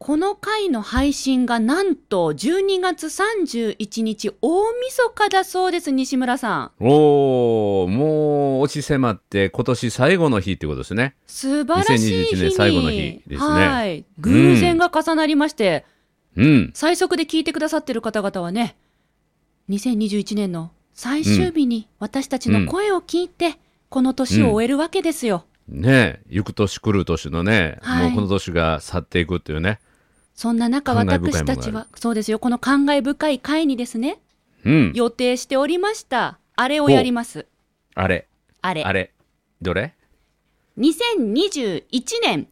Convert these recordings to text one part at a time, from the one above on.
この回の配信がなんと12月31日大晦日だそうです。西村さん。 おー、もう押し迫って今年最後の日ってことですね。 素晴らしい日に 2021年最後の日ですね。 はい、偶然が重なりまして、最速で聞いてくださってる方々はね、2021年の最終日に私たちの声を聞いて、この年を終えるわけですよ。 ねえ、行く年来る年のね、もうこの年が去っていくっていうね。 そんな中、私たちはそうですよ、この感慨深い回にですね、予定しておりましたあれをやります。 あれどれ？ 2021年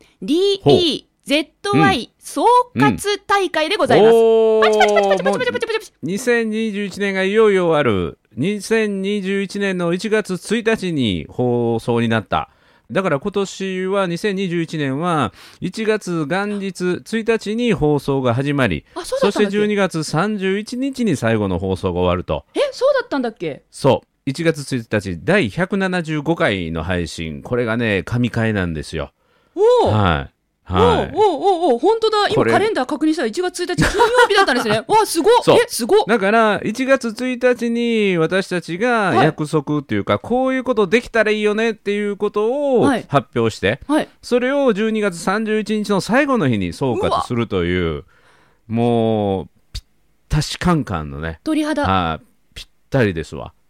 DEZY 総括大会でございます。パチパチパチパチパチパチパチパチ。 2021年がいよいよある。2021年の1月1日に放送になった。だから今年は2021年は1月元日1日に放送が始まり、そして12月31日に最後の放送が終わると。 そうだったんだっけ？ そう、1月1日第175回の配信、これがね神回なんですよ。はい、 本当だ。今カレンダー確認したら1月1日金曜日だったんですね。わ、すごっ。すごっ。 だから1月1日に私たちが約束っていうか、こういうことできたらいいよねっていうことを発表して、それを12月31日の最後の日に総括するという、もうぴったしカンカンのね、 鳥肌、 ぴったりですわ。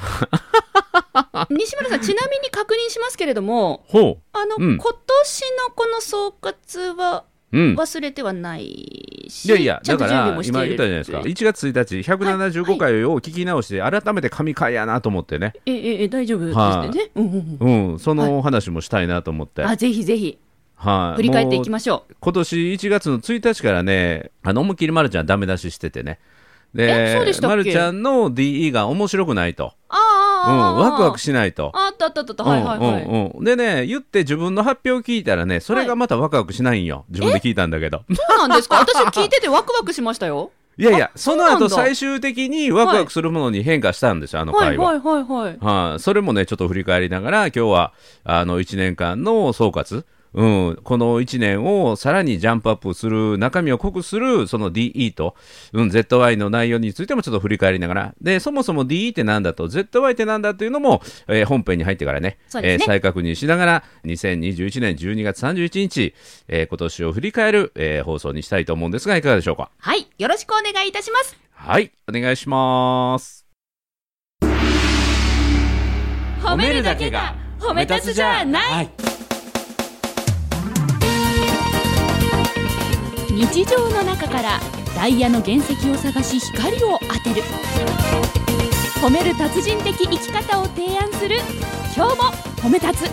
西村さん、ちなみに確認しますけれども、今年のこの総括は忘れてはないし、 いやだから今言ったじゃないですか、1月1日175回を聞き直して改めて神回やなと思ってね、 大丈夫ですね。 その話もしたいなと思って、 ぜひぜひ振り返っていきましょう。 今年1月の1日からね、思いっきりまるちゃんダメ出ししててね、でまるちゃんの DE が面白くないと、ワクワクしないと。でね、言って自分の発表を聞いたらね、それがまたワクワクしないんよ。自分で聞いたんだけど。 そうなんですか？私聞いててワクワクしましたよ。 いや、その後最終的にワクワクするものに変化したんですよ、あの回は。それもね、ちょっと振り返りながら、今日は1年間の総括、この1年をさらにジャンプアップする、中身を濃くするその DE と、ZY の内容についてもちょっと振り返りながら、でそもそも DE ってなんだと ZY ってなんだっていうのも、本編に入ってからね、再確認しながら2021年12月31日、今年を振り返る、放送にしたいと思うんですが、いかがでしょうか？ はい、よろしくお願いいたします。 はい、お願いします。 褒めるだけが褒め立つじゃない。日常の中からダイヤの原石を探し光を当てる、褒める達人的生き方を提案する、今日も褒め立つ。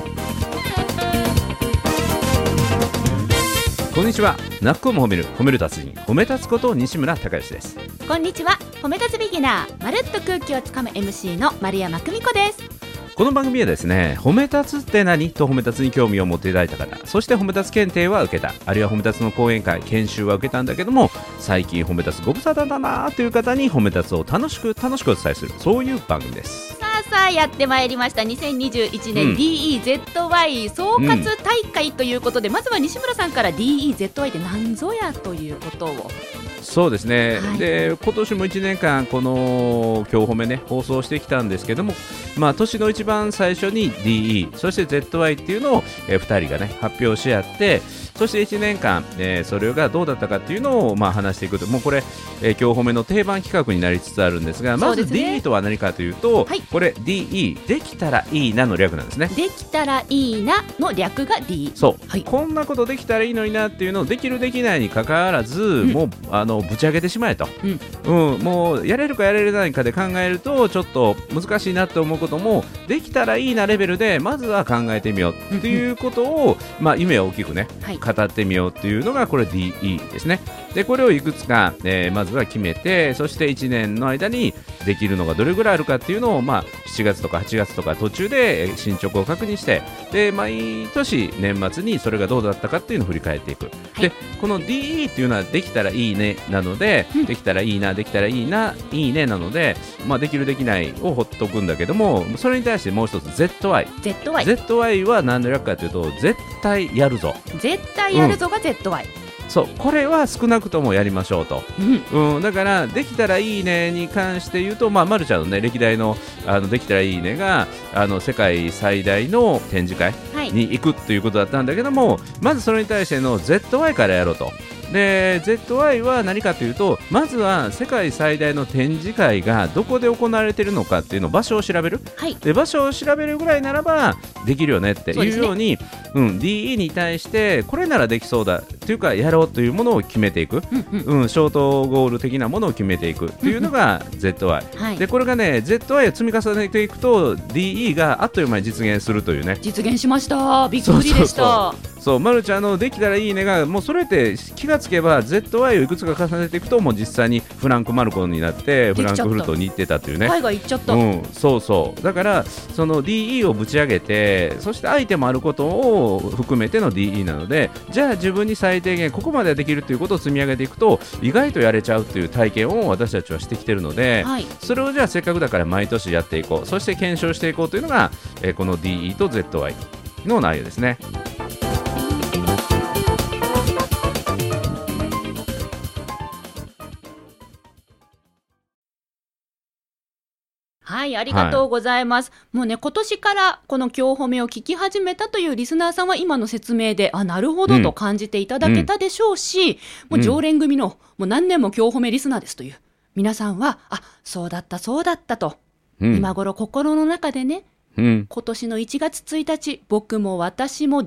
こんにちは。なっこも褒める達人、褒め立つこと西村孝之です。 こんにちは。褒め立つビギナー、まるっと空気をつかむ MC の丸山久美子です。 この番組はですね、褒め立つって何と褒め立つに興味を持っていただいた方、そして褒め立つ検定は受けた、あるいは褒め立つの講演会研修は受けたんだけども、最近褒め立つご無沙汰だなという方に褒め立つを楽しくお伝えする、そういう番組です。 さあやってまいりました。2021年 DEZY 総括大会ということで、まずは西村さんから DEZY って何ぞやということを。 そうですね、で今年も1年間この今日褒めね放送してきたんですけども、年の一番最初に DE そして ZY っていうのを、2人がね発表し合って、そして1年間、それがどうだったかっていうのを話していくと、もうこれ、今日褒めの定番企画になりつつあるんですが、まず DE とは何かというと、これ DE できたらいいなの略なんですね。 できたらいいなの略が D。 そう、こんなことできたらいいのになっていうのをできるできないに関わらず、もうぶち上げてしまえと、もうやれるかやれないかで考えるとちょっと難しいなって思うことも、できたらいいなレベルでまずは考えてみようっていうことを、夢を大きくね、語ってみようっていうのがこれ DE ですね。でこれをいくつか、まずは決めて、そして1年の間にできるのがどれぐらいあるかっていうのを、7月とか8月とか途中で進捗を確認して、で毎年年末にそれがどうだったかっていうのを振り返っていく、でこの DE っていうのはできたらいいねなので、できたらいいな、できたらいいな、いいねなので、できるできないをほっとくんだけども、それに対してもう一つ ZY は何の略かというと、絶対やるぞ、 絶対やるぞが ZY、 そうこれは少なくともやりましょうと、だからできたらいいねに関して言うと、まるちゃんのね歴代のできたらいいねが世界最大の展示会に行くということだったんだけども、まずそれに対しての ZY からやろうと。で ZY は何かというと、まずは世界最大の展示会がどこで行われているのかっていうのを場所を調べる、で場所を調べるぐらいならばできるよねっていうように、DE に対してこれならできそうだというかやろうというものを決めていく、ショートゴール的なものを決めていくというのが ZY、でこれがね ZY を積み重ねていくと DE があっという間に実現するというね。 実現しました。びっくりでした。 そうまるちゃんのできたらいいねがもうそれって気がつけば ZY をいくつか重ねていくともう実際にフランクマルコになってフランクフルトに行ってたというね。 海外行っちゃった、 そうだからその DE をぶち上げて、そして相手もあることを含めての DE なので、じゃあ自分に最低限ここまでできるということを積み上げていくと意外とやれちゃうという体験を私たちはしてきてるので、それをじゃあせっかくだから毎年やっていこう、そして検証していこうというのが、この DE と ZY の内容ですね。 はい、ありがとうございます。もうね、今年からこの今日褒めを聞き始めたというリスナーさんは今の説明で、なるほどと感じていただけたでしょうし、もう常連組の、もう何年も今日褒めリスナーですという皆さんは、そうだったそうだったと、今頃心の中でね、今年の1月1日、僕も私も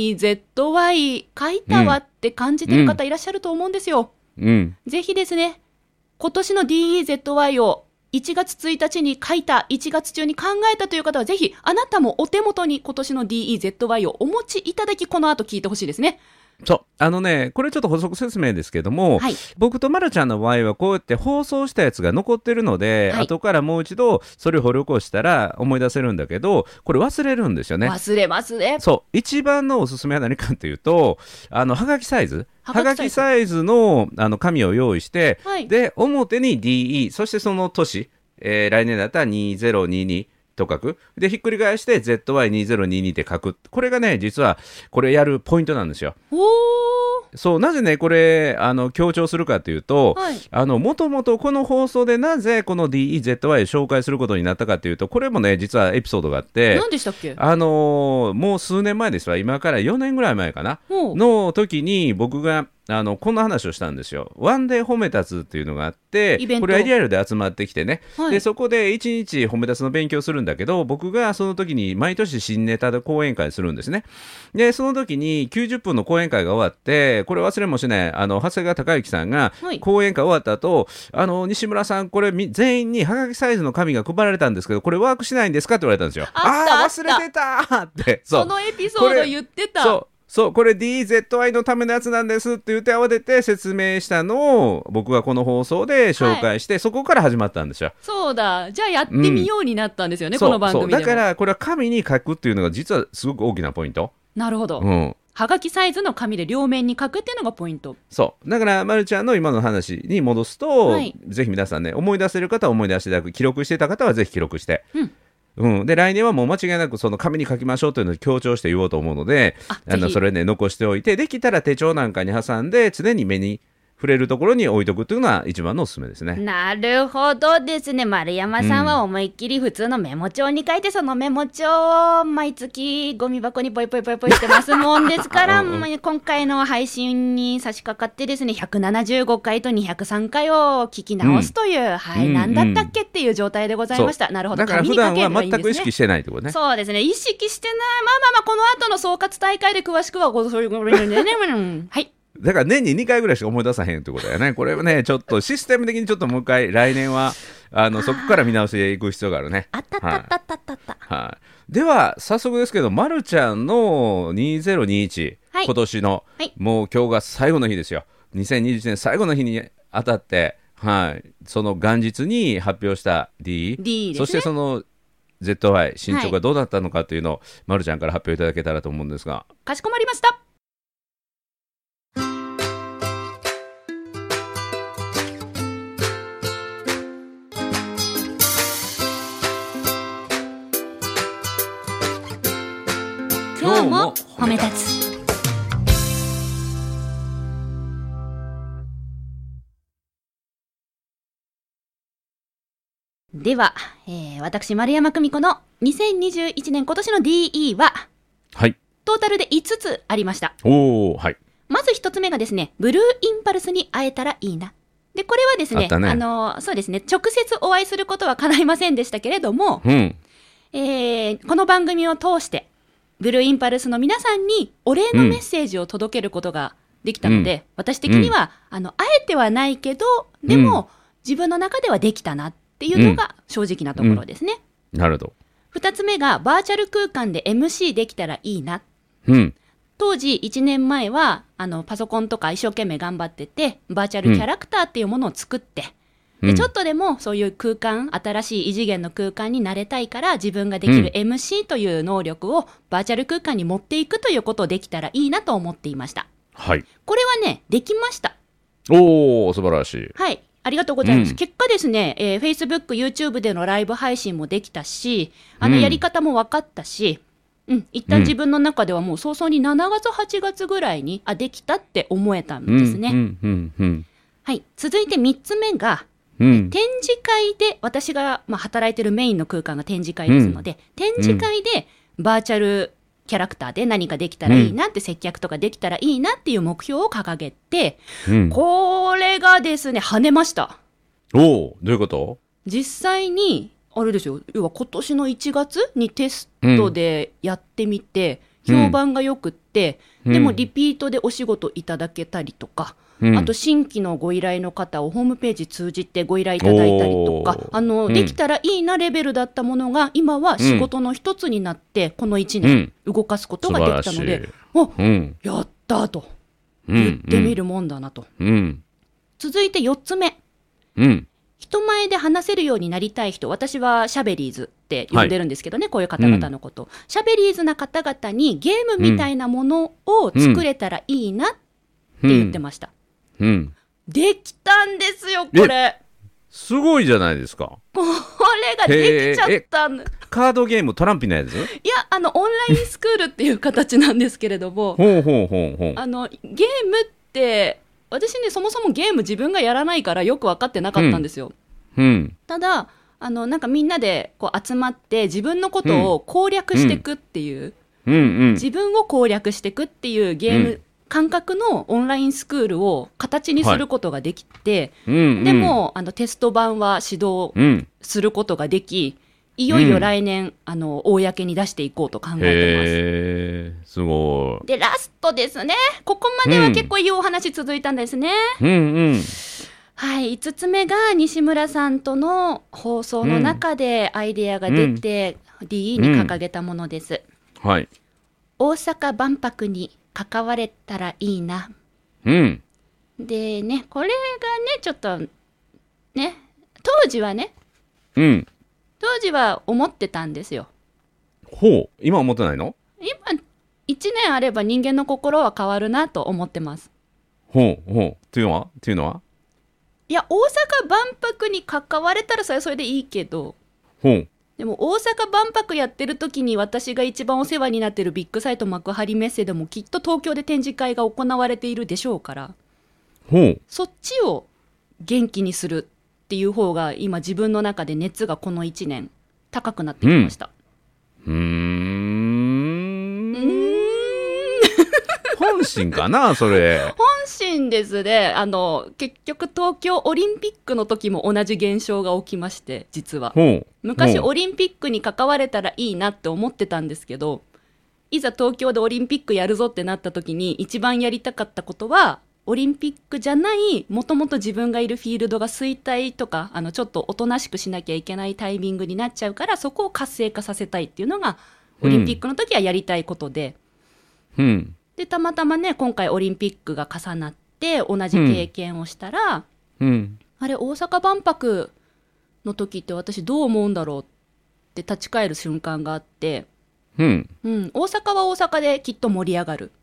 DEZY 書いたわって感じてる方いらっしゃると思うんですよ。ぜひですね、今年の DEZY を1月1日に書いた、1月中に考えたという方はぜひあなたもお手元に今年の DEZY をお持ちいただき、この後聞いてほしいですね。 そうこれちょっと補足説明ですけども、僕とまるちゃんの場合はこうやって放送したやつが残ってるので、後からもう一度それを掘り起こしたら思い出せるんだけど、これ忘れるんですよね。 忘れますね。 そう一番のおすすめは何かっていうと、はがきサイズの紙を用意して、で表に DE、 そしてその年、来年だったら2022と書く。でひっくり返して ZY2022 って書く。これがね実はこれやるポイントなんですよ。そうなぜねこれ強調するかというと、もともとこの放送でなぜこの DEZY を紹介することになったかというと、これもね実はエピソードがあって、 何でしたっけ？ もう数年前ですわ。今から4年ぐらい前かなの時に僕がこんな話をしたんですよ。ワンデー褒め立つっていうのがあって、これはリアルで集まってきてね、でそこで1日褒め立つの勉強するんだけど、僕がその時に毎年新ネタで講演会するんですね。でその時に90分の講演会が終わって、これ忘れもしない長谷川隆之さんが講演会終わった後、西村さんこれ全員にはがきサイズの紙が配られたんですけど、これワークしないんですかって言われたんですよ。忘れてたって。 そのエピソード言ってた。 そうこれ DZY のためのやつなんですって言って慌てて説明したのを僕がこの放送で紹介して、そこから始まったんですよ。 そうだ、じゃあやってみようになったんですよね、この番組でも。 だからこれは紙に書くっていうのが実はすごく大きなポイント。 なるほど、はがきサイズの紙で両面に書くっていうのがポイント。そうだからまるちゃんの今の話に戻すと、ぜひ皆さんね思い出せる方は思い出していただく、記録していた方はぜひ記録して、で来年はもう間違いなくその紙に書きましょうというのを強調して言おうと思うので、それね残しておいて、できたら手帳なんかに挟んで常に目に触れるところに置いとくというのが一番のおすすめですね。 なるほどですね。丸山さんは思いっきり普通のメモ帳に書いて、そのメモ帳を毎月ゴミ箱にポイポイポイポイしてますもんですから今回の配信に差し掛かってですね、175回と203回を聞き直すという、何だったっけっていう状態でございました。なるほど。 だから普段は全く意識してないってことね。 そうですね、意識してない。この後の総括大会で詳しくはそういうはい。 だから年に2回ぐらいしか思い出さへんってことだよね。これはねちょっとシステム的にちょっともう一回来年はそこから見直していく必要があるね。では早速ですけど、まるちゃんの2021、今年の、もう今日が最後の日ですよ。2021年最後の日にあたって、その元日に発表した D、そしてその ZY 進捗がどうだったのかというのを、まるちゃんから発表いただけたらと思うんですが。 かしこまりました。今日も褒め立つ。 では、私丸山久美子の2021年今年の DE は、 はい、 トータルで5つありました。 おー、はい。 まず1つ目がですね、ブルーインパルスに会えたらいいな。で、これはですね、そうですね、直接お会いすることは叶いませんでしたけれども、この番組を通して、ブルーインパルスの皆さんにお礼のメッセージを届けることができたので、私的には、あえてはないけど、でも、自分の中ではできたなっていうのが正直なところですね。 なるほど。 2つ目が、バーチャル空間で MC できたらいいな。当時1年前はパソコンとか一生懸命頑張ってて、バーチャルキャラクターっていうものを作って、でちょっとでもそういう空間、新しい異次元の空間に慣れたいから、自分ができる MC という能力をバーチャル空間に持っていくということをできたらいいなと思っていました。 はい。 これはね、できました。 おー、素晴らしい。 はい。ありがとうございます。結果ですね、Facebook、YouTube でのライブ配信もできたし、やり方も分かったし、一旦自分の中ではもう早々に7月、8月ぐらいに、できたって思えたんですね。はい。続いて3つ目が、展示会で、私が、働いてるメインの空間が展示会ですので、展示会でバーチャルキャラクターで何かできたらいいなって、接客とかできたらいいなっていう目標を掲げて、これがですね、跳ねました。 おー、どういうこと？ 実際に、あれですよ、要は今年の1月にテストでやってみて、評判がよくって、でもリピートでお仕事いただけたりとか、あと新規のご依頼の方をホームページ通じてご依頼いただいたりとか、できたらいいなレベルだったものが、今は仕事の一つになって、この1年動かすことができたので、やったと言ってみるもんだなと。続いて4つ目。人前で話せるようになりたい人、私はシャベリーズって呼んでるんですけどね、こういう方々のこと。シャベリーズな方々にゲームみたいなものを作れたらいいなって言ってました。できたんですよ、これ。 すごいじゃないですか。 これができちゃったん。 カードゲーム、トランプのやつ？いや、 オンラインスクールっていう形なんですけれども、ゲームって、私ね、そもそもゲーム自分がやらないからよく分かってなかったんですよ。ただ、なんかみんなでこう集まって自分のことを攻略していくっていう、自分を攻略していくっていうゲーム感覚のオンラインスクールを形にすることができて、でもテスト版は指導することができ、いよいよ来年、公に出していこうと考えてます。 すごい。 で、ラストですね。ここまでは結構いいお話続いたんですね。はい、5つ目が西村さんとの放送の中でアイデアが出て、DE に掲げたものです。 はい。 大阪万博に関われたらいいな。でね、これがね、ちょっと、ね、当時はね、当時は思ってたんですよ。 ほう、今思ってないの？ 今、1年あれば人間の心は変わるなと思ってます。 ほう、っていうのは？ いや、大阪万博に関われたらそれはそれでいいけど、でも大阪万博やってる時に私が一番お世話になってるビッグサイト幕張メッセでもきっと東京で展示会が行われているでしょうから、そっちを元気にするっていう方が今自分の中で熱がこの1年高くなってきました。 本心かなそれ。 本心ですね。結局東京オリンピックの時も同じ現象が起きまして、実は昔オリンピックに関われたらいいなって思ってたんですけど、いざ東京でオリンピックやるぞってなった時に一番やりたかったことはオリンピックじゃない、もともと自分がいるフィールドが衰退とか、ちょっとおとなしくしなきゃいけないタイミングになっちゃうから、そこを活性化させたいっていうのがオリンピックの時はやりたいことで、でたまたまね、今回オリンピックが重なって同じ経験をしたら、あれ大阪万博の時って私どう思うんだろうって立ち返る瞬間があって、大阪は大阪できっと盛り上がる。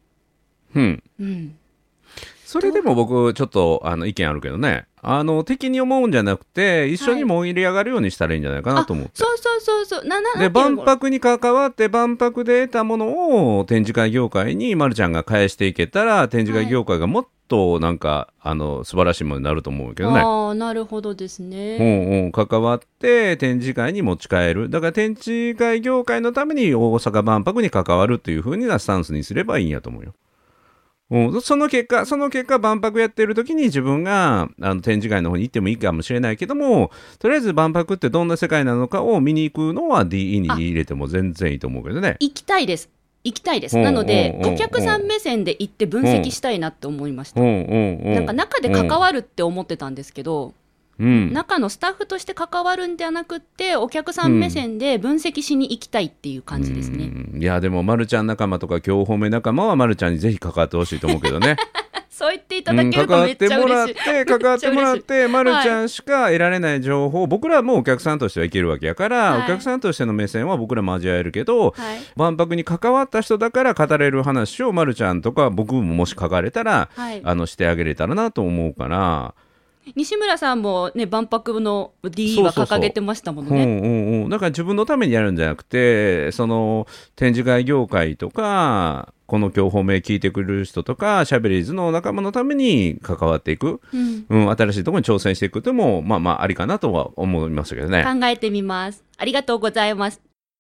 それでも僕ちょっと意見あるけどね、敵に思うんじゃなくて一緒に盛り上がるようにしたらいいんじゃないかなと思って、 そうで万博に関わって万博で得たものを展示会業界にまるちゃんが返していけたら、展示会業界がもっとなんか素晴らしいものになると思うけどね。 ああ、なるほどですね。 関わって展示会に持ち帰る。だから展示会業界のために大阪万博に関わるっていう風なスタンスにすればいいんやと思うよ。その結果万博やってる時に自分が展示会の方に行ってもいいかもしれないけども、とりあえず万博ってどんな世界なのかを見に行くのは DE に入れても全然いいと思うけどね。 行きたいです。なのでお客さん目線で行って分析したいなって思いました。なんか中で関わるって思ってたんですけど、中のスタッフとして関わるんではなくってお客さん目線で分析しに行きたいっていう感じですね。 いやでもまるちゃん仲間とか今日褒め仲間はまるちゃんにぜひ関わってほしいと思うけどね。 そう言っていただけるとめっちゃ嬉しい。 関わってもらってまるちゃんしか得られない情報を僕らはもうお客さんとしてはいけるわけやから、お客さんとしての目線は僕らも交えるけど、万博に関わった人だから語れる話をまるちゃんとか僕ももし書かれたら、してあげれたらなと思うから。 西村さんもね万博の DE は掲げてましたものね。 だから自分のためにやるんじゃなくて、その展示会業界とかこの今日褒め聞いてくれる人とかシャベリーズの仲間のために関わっていく、新しいところに挑戦していくってもありかなとは思いましたけどね。 考えてみます。ありがとうございます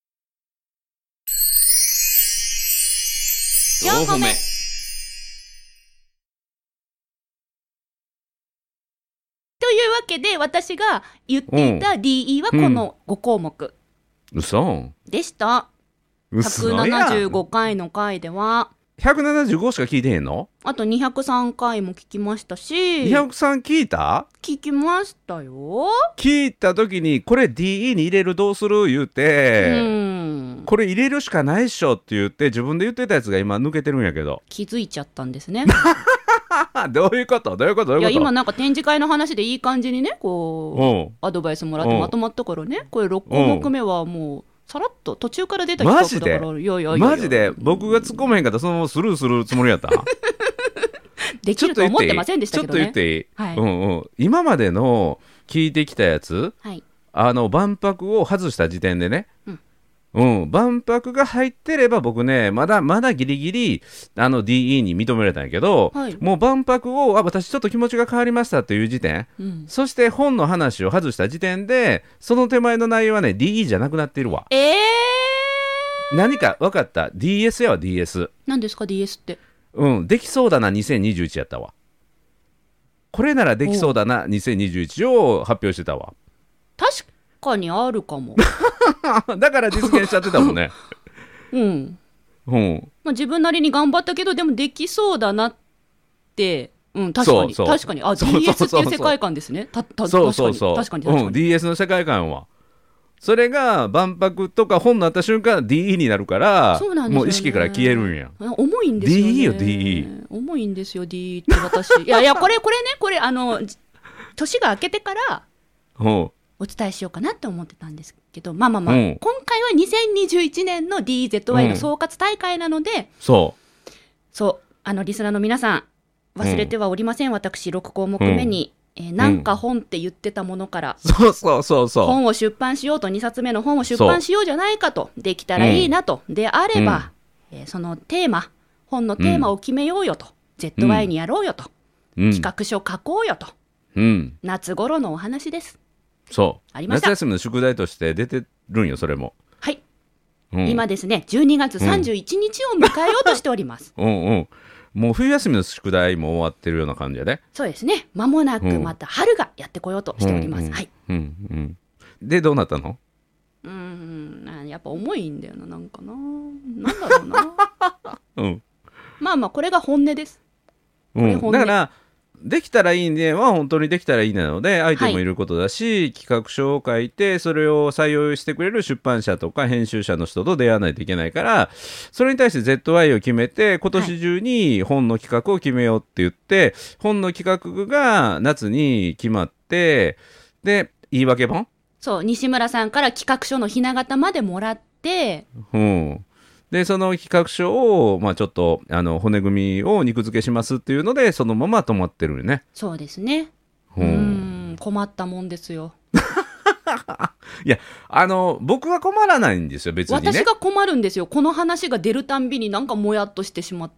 。4褒め。というわけで私が言っていた DE はこの5項目でした。175回の回では 175しか聞いてへんの？ あと203回も聞きましたし。 203聞いた？ 聞きましたよ。 聞いた時にこれ DE に入れるどうする言うて、これ入れるしかないっしょって言って自分で言ってたやつが今抜けてるんやけど気づいちゃったんですね。 どういうこと？いや今なんか展示会の話でいい感じにねこうアドバイスもらってまとまったからね、これ6項目目はもうさらっと途中から出た企画だから。 マジで僕が突っ込めへんかったらそのままスルーするつもりやったできると思ってませんでしたけどね。 ちょっと言っていい？今までの聞いてきたやつ、万博を外した時点でね、万博が入ってれば僕ねまだギリギリDE に認められたんやけど、もう万博を私ちょっと気持ちが変わりましたという時点、そして本の話を外した時点でその手前の内容はね DE じゃなくなっているわ。何か分かった。 DS やわ DS。 何ですか DS って？ できそうだな2021やったわ。これならできそうだな2021を発表してたわ。 確かにあるかも。 だから実現しちゃってたもんね。 自分なりに頑張ったけどでもできそうだなって、確かに DS っていう世界観ですね。確かに、 DS の世界観はそれが万博とか本になった瞬間 DE になるから、もう意識から消えるんや。 重いんですよね。 DE よ DE。 重いんですよ DE って私。いやこれ年が明けてからお伝えしようかなって思ってたんですけど、今回は2021年の DZY の総括大会なので、リスナーの皆さん忘れてはおりません。私6項目目に、なんか本って言ってたものから、本を出版しようと、2冊目の本を出版しようじゃないかと、できたらいいなと、であれば、そのテーマ、本のテーマを決めようよと、ZY にやろうよと、企画書書こうよと、夏頃のお話です。 夏休みの宿題として出てるんよそれも。 今ですね12月31日を迎えようとしております。 もう冬休みの宿題も終わってるような感じやね。 そうですね。間もなくまた春がやってこようとしております。 でどうなったの？ やっぱ重いんだよな。なんかな、なんだろうな。これが本音です。 だからできたらいいねは本当にできたらいいなので相手もいることだし、企画書を書いてそれを採用してくれる出版社とか編集者の人と出会わないといけないから、それに対して ZY を決めて今年中に本の企画を決めようって言って、本の企画が夏に決まって、で言い訳本、 西村さんから企画書のひな形までもらって、 でその企画書を、ちょっと骨組みを肉付けしますっていうのでそのまま止まってるよね。 そうですね。困ったもんですよ。 いや僕は困らないんですよ別にね。 私が困るんですよ。この話が出るたんびになんかもやっとしてしまって。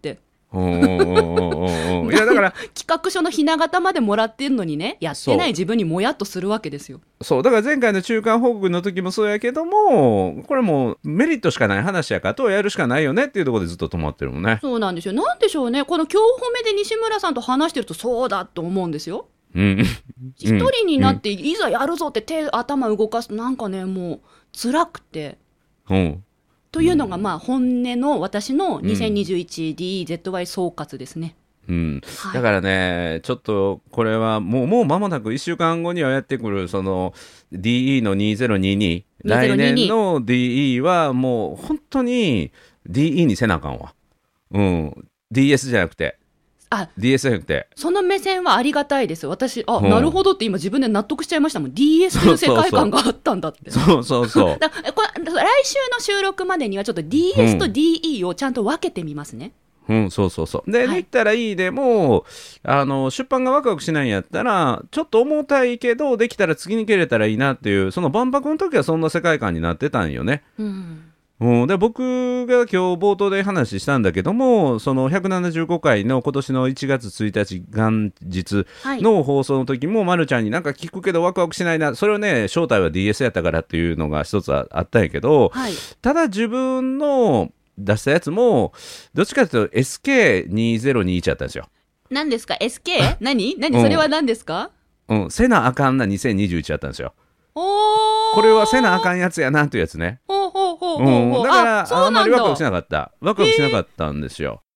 いやだから企画書のひな形までもらってるのにね、やってない自分にもやっとするわけですよ。 そうだから前回の中間報告の時もそうやけども、これもうメリットしかない話やからとやるしかないよねっていうところでずっと止まってるもんね。 そうなんですよ。なんでしょうね、この今日褒めで西村さんと話してるとそうだと思うんですよ。一人になっていざやるぞって頭動かすとなんかね、もう辛くて、というのがまあ本音の私の 2021DZY 総括ですね。 だからね、ちょっとこれはもう間もなく1週間後にはやってくるその DE の2022、来年の DE はもう本当に DE にせなあかんわ。DS じゃなくて。DS じゃなくて、 その目線はありがたいです。私なるほどって今自分で納得しちゃいましたもん。 DS という世界観があったんだって。 そう来週の収録までにはちょっと DS と DE をちゃんと分けてみますね。 そうで、できたらいいでも出版がワクワクしないんやったらちょっと重たいけどできたら次に蹴れたらいいなっていう、その万博の時はそんな世界観になってたんよね。で僕が今日冒頭で話したんだけども、その175回の今年の1月1日元日の放送の時も、まるちゃんになんか聞くけどワクワクしないな、それをね正体は DS やったからっていうのが一つあったんやけど、ただ自分の出したやつもどっちかというと SK2021 やったんですよ。 何ですか SK？ 何それは何ですか？ せなあかんな2021やったんですよ。これはせなあかんやつやなというやつね。だからあんまりワクワクしなかったんですよ。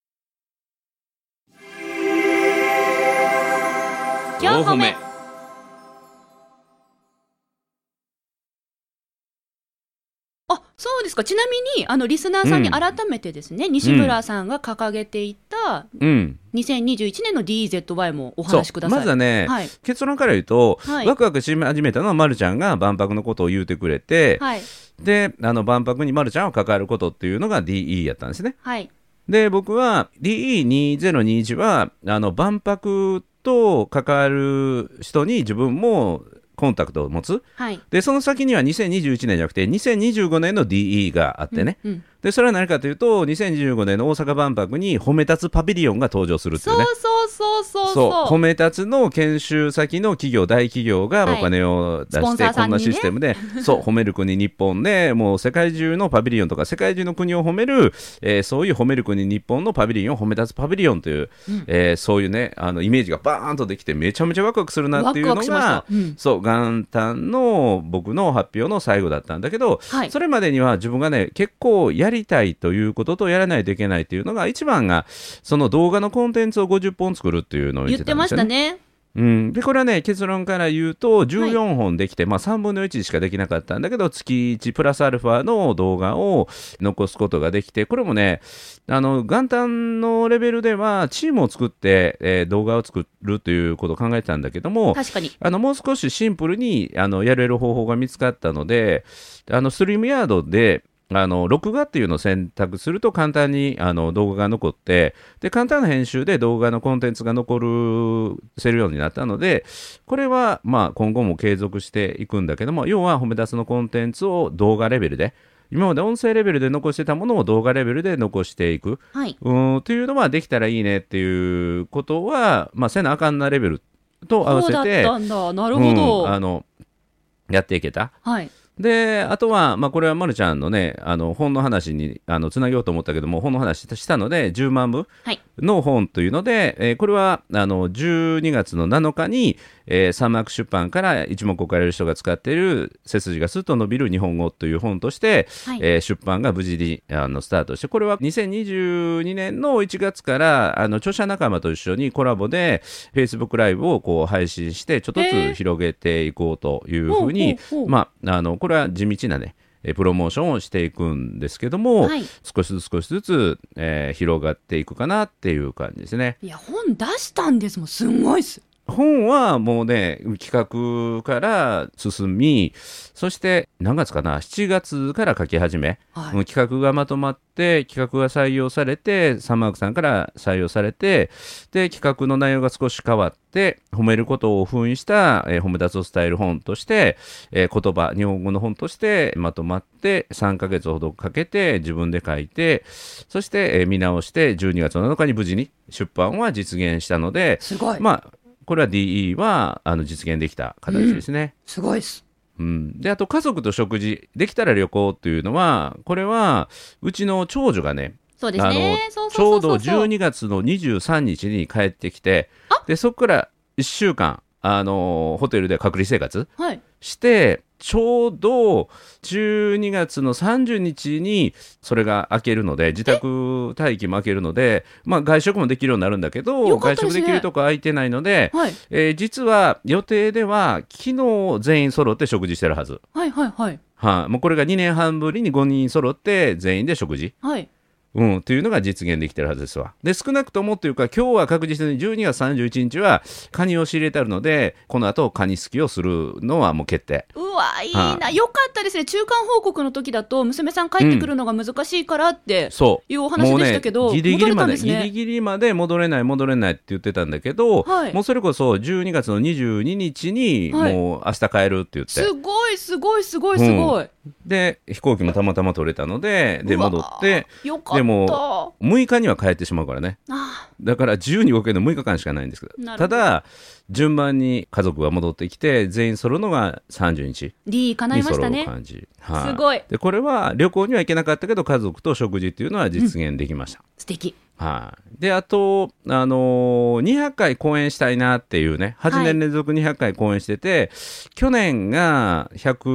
4歩目。そうですか。ちなみにリスナーさんに改めてですね、西村さんが掲げていた2021年の DZY もお話しください。 まずはね、結論から言うと、ワクワクし始めたのはまるちゃんが万博のことを言うてくれて、で万博にまるちゃんを関わることっていうのが DE やったんですね。で僕は DE2021 は万博と関わる人に自分もコンタクトを持つ、でその先には2021年じゃなくて2025年の DE があってね、でそれは何かというと2025年の大阪万博に褒め立つパビリオンが登場するっていうね。褒め立つの研修先の企業大企業がお金を出して、こんなシステムで褒める国日本でもう世界中のパビリオンとか世界中の国を褒める、そういう褒める国日本のパビリオンを褒め立つパビリオンという、そういうねイメージがバーンとできてめちゃめちゃワクワクするなっていうのが元旦の僕の発表の最後だったんだけど、それまでには自分がね結構やりたいということとやらないといけないっていうのが、一番がその動画のコンテンツを50本作るっていうのを言ってたんですよね。 言ってましたね。 でこれはね結論から言うと14本できて、3分の1しかできなかったんだけど月1プラスアルファの動画を残すことができて、これもね元旦のレベルではチームを作って、動画を作るということを考えてたんだけども、 確かにもう少しシンプルにやれる方法が見つかったので、ストリームヤードで録画っていうのを選択すると簡単に動画が残って、で簡単な編集で動画のコンテンツが残せるようになったので、これは今後も継続していくんだけども、要は褒め出すのコンテンツを動画レベルで、今まで音声レベルで残してたものを動画レベルで残していく、っていうのはできたらいいねっていうことは、せなあかんなレベルと合わせて、 そうだったんだ。なるほど。 やっていけた。であとは、これはまるちゃんのね本の話につなげようと思ったけども、本の話したので10万部の本というので、これは12月の7日に、サマーク出版から一目置かれる人が使っている背筋がスッと伸びる日本語という本として、出版が無事にスタートして、これは2022年の1月から著者仲間と一緒にコラボで Facebook ライブをこう配信してちょっとずつ広げていこうというふうに、これは地道なねプロモーションをしていくんですけども、少しずつ、広がっていくかなっていう感じですね。 いや本出したんですもん。すごいっす。 本はもうね企画から進み、そして何月かな、7月から書き始め、はい、企画がまとまって企画が採用されて、サンマークさんから採用されて、で企画の内容が少し変わって褒めることを封印した、褒め立つを伝える本として、言葉日本語の本としてまとまって3ヶ月ほどかけて自分で書いて、そして、見直して12月7日に無事に出版は実現したので、 すごい、 まあこれは DE は実現できた形ですね、 すごいです。 であと家族と食事できたら旅行っていうのは、これはうちの長女がね、 そうですね、 ちょうど12月の23日に帰ってきて、でそこから1週間ホテルで隔離生活して、はい、ちょうど12月の30日にそれが明けるので、自宅待機も明けるので、外食もできるようになるんだけど、外食できるとこ空いてないので、はい、実は予定では昨日全員揃って食事してるはず。 はいはいはい、 もうこれが2年半ぶりに5人揃って全員で食事、はいというのが実現できてるはずですわ。で少なくともというか、今日は確実に12月31日はカニを仕入れてあるので、この後カニすきをするのはもう決定。 うわいいな、よかったですね。中間報告の時だと娘さん帰ってくるのが難しいからっていうお話でしたけど、 ギリギリまで戻れないって言ってたんだけど、はい、もうそれこそ12月の22日にもう明日帰るって言って、 すごいすごいすごい、 で飛行機もたまたま取れたので、戻ってよかった。 でも6日には帰ってしまうからね。だから自由に動けるの6日間しかないんですけど、ただ順番に家族が戻ってきて全員揃うのが30日に叶いましたね。 感じ、 すごい。 でこれは旅行には行けなかったけど家族と食事っていうのは実現できました、 素敵。 であと、200回公演したいなっていうね、8年連続200回公演してて、去年が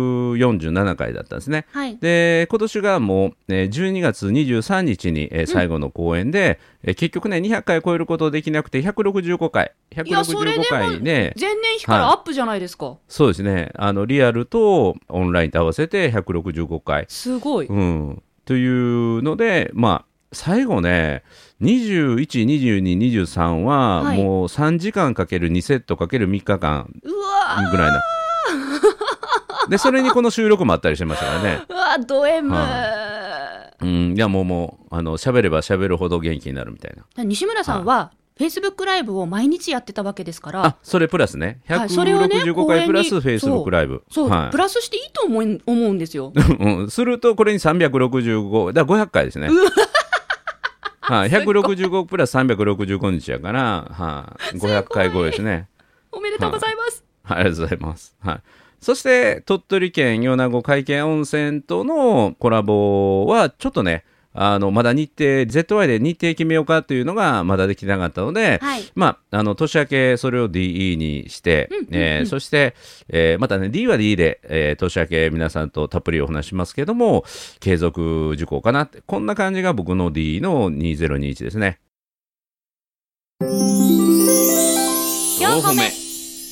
147回だったんですね、で今年がもう、12月23日に、最後の公演で、結局ね200回超えることできなくて165回ね、 前年比からアップじゃないですか。 そうですね、リアルとオンラインと合わせて165回、 すごい、 というので、最後ね21、22、23はもう3時間かける2セットかける3日間ぐらいなでそれにこの収録もあったりしてましたからね。 うわド M、 いやもう喋れば喋るほど元気になるみたいな。 西村さんはフェイスブックライブを毎日やってたわけですから、 それプラスね165回プラスフェイスブックライブ、 プラスしていいと思うんですよするとこれに365だから500回ですね165プラス365日やから、500回超えですね。 おめでとうございます、 ありがとうございます、そして鳥取県米子海見温泉とのコラボはちょっとね、まだ日程 ZY で日程決めようかというのがまだできなかったので、年明けそれを DE にして、そして、またね D は D で、年明け皆さんとたっぷりお話しますけども、継続事項かなって、こんな感じが僕の D の2021ですね。 4歩目。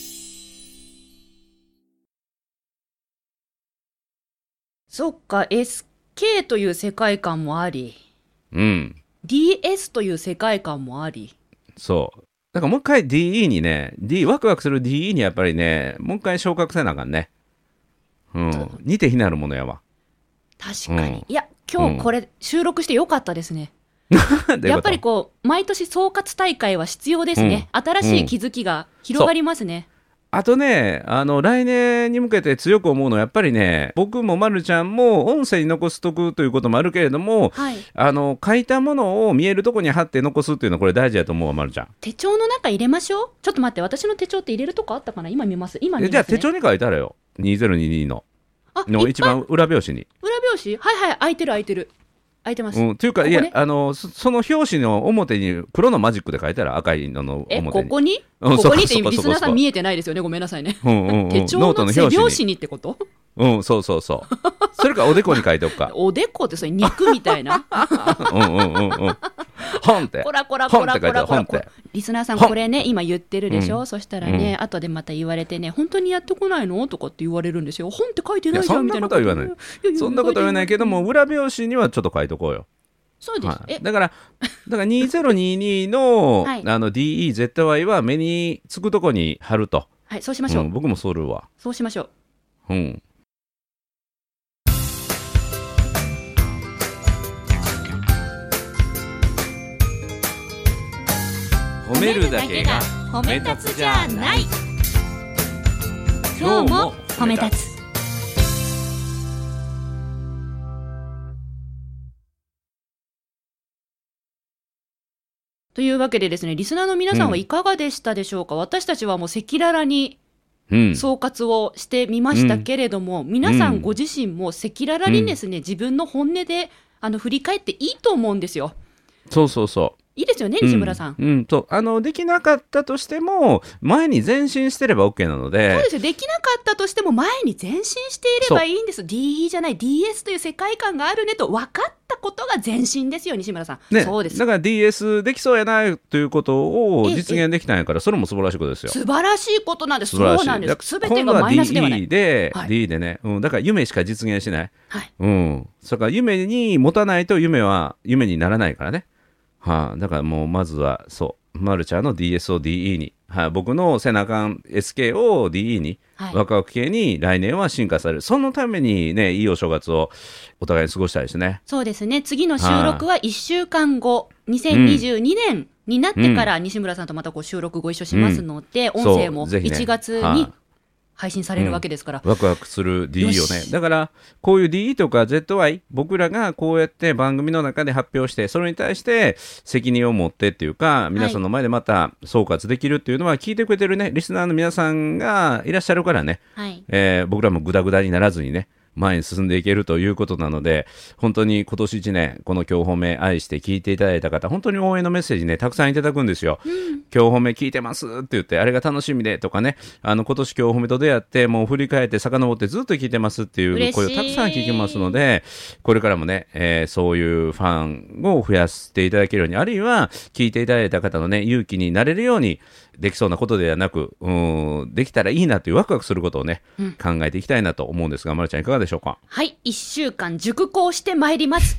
そっか、SK という世界観もあり、DS という世界観もあり、 そうだからもう一回 DE にね、ワクワクする DE にやっぱりね、もう一回昇格せなあかんね。似て非なるものやわ。 確かに、いや今日これ収録してよかったですねやっぱりこう毎年総括大会は必要ですね、新しい気づきが広がりますね。 あとね、来年に向けて強く思うのはやっぱりね、僕もまるちゃんも音声に残すとくということもあるけれども、書いたものを見えるとこに貼って残すっていうのはこれ大事だと思うわ、まるちゃん。 手帳の中入れましょう。ちょっと待って、私の手帳って入れるとこあったかな。今見ます、ね、 じゃあ手帳に書いたらよ、2022の一番裏表紙に。 裏表紙、空いてる空いてます、 というか、いやその表紙の表に黒のマジックで書いたら、赤いのの表にここにってリスナーさん見えてないですよね、ごめんなさいね手帳の背表紙にってこと。 そうそれからおでこに書いておくかおでこってそれ肉みたいな本ってこらリスナーさんこれね今言ってるでしょ、そしたらね、後でまた言われてね、本当にやってこないのとかって言われるんですよ。本って書いてないじゃんみたいな。 そんなことは言わないけども、裏表紙にはちょっと書いとこうよ。 そうです、 だから2022の、 はい、 DEZY は目につくとこに貼ると。 はい、そうしましょう、 僕もそうるわ。 そうしましょう。褒めるだけが褒め立つじゃない。今日も褒め立つ。というわけでですね、リスナーの皆さんはいかがでしたでしょうか。私たちはもう赤裸々に総括をしてみましたけれども、皆さんご自身も赤裸々にですね、自分の本音で振り返っていいと思うんですよ。 そうそうそう。 いいですよね、西村さん。 できなかったとしても前に前進してれば OK なので。 そうですよ。できなかったとしても前に前進していればいいんです。DE じゃない DS という世界観があるねと分かったことが前進ですよ、西村さん、ね、そうです。 だから DS できそうやなということを実現できたんやから、それも素晴らしいことですよ。 素晴らしいことなんです。そうなんです。全てがマイナスではない。 今度は D でね、だから夢しか実現しない、それから夢に持たないと夢は夢にならないからね。だからもうまずはまるちゃんの DS を DE に、僕の背中 SK を DE に、ワクワク系に来年は進化される。そのためにね、いいお正月をお互いに過ごしたいですね。 そうですね。次の収録は1週間後、2022年になってから西村さんとまた収録ご一緒しますので、音声も1月に配信されるわけですから、 ワクワクする DE をね。だからこういう DE とか ZY、 僕らがこうやって番組の中で発表して、それに対して責任を持ってっていうか、皆さんの前でまた総括できるっていうのは、聞いてくれてるねリスナーの皆さんがいらっしゃるからね、僕らもグダグダにならずにね、前に進んでいけるということなので、本当に今年1年この今日褒め愛して聞いていただいた方、本当に応援のメッセージねたくさんいただくんですよ。今日褒め聞いてますって言って、あれが楽しみでとかね、今年今日褒めと出会ってもう振り返って遡ってずっと聞いてますっていう声をたくさん聞きますので、これからもね、そういうファンを増やしていただけるように、あるいは聞いていただいた方のね勇気になれるように、できそうなことではなく、できたらいいなというワクワクすることをね、考えていきたいなと思うんですが、まるちゃんいかがでしょうか。 はい、1週間熟考してまいります。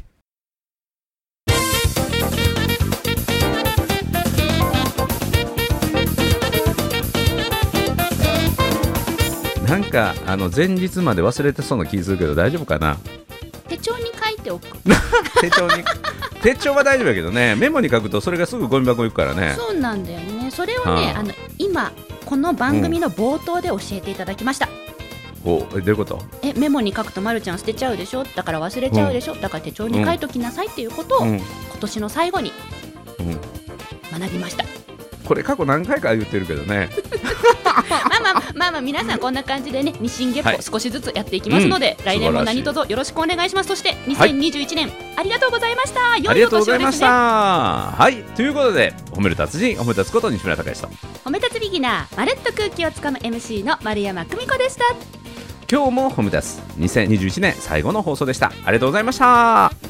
なんか前日まで忘れてそうな気するけど大丈夫かな。 手帳に書いておく手帳は大丈夫やけどね、メモに書くとそれがすぐゴミ箱行くからね。 そうなんだよね。それをね、今この番組の冒頭で教えていただきました。 どういうこと？ メモに書くとまるちゃん捨てちゃうでしょ、だから忘れちゃうでしょ、だから手帳に書いときなさいっていうことを、今年の最後に学びました。 これ過去何回か言ってるけどねまあ皆さんこんな感じでね、日進月歩少しずつやっていきますので、来年も何卒よろしくお願いします。そして2021年、ありがとうございました。良いお年をですね。ありがとうございました。 はい、ということで、褒める達人、褒め立つこと西村孝之と褒め立つビギナー、まるっと空気をつかむ MC の丸山久美子でした。 今日も褒め立つ2021年最後の放送でした。ありがとうございました。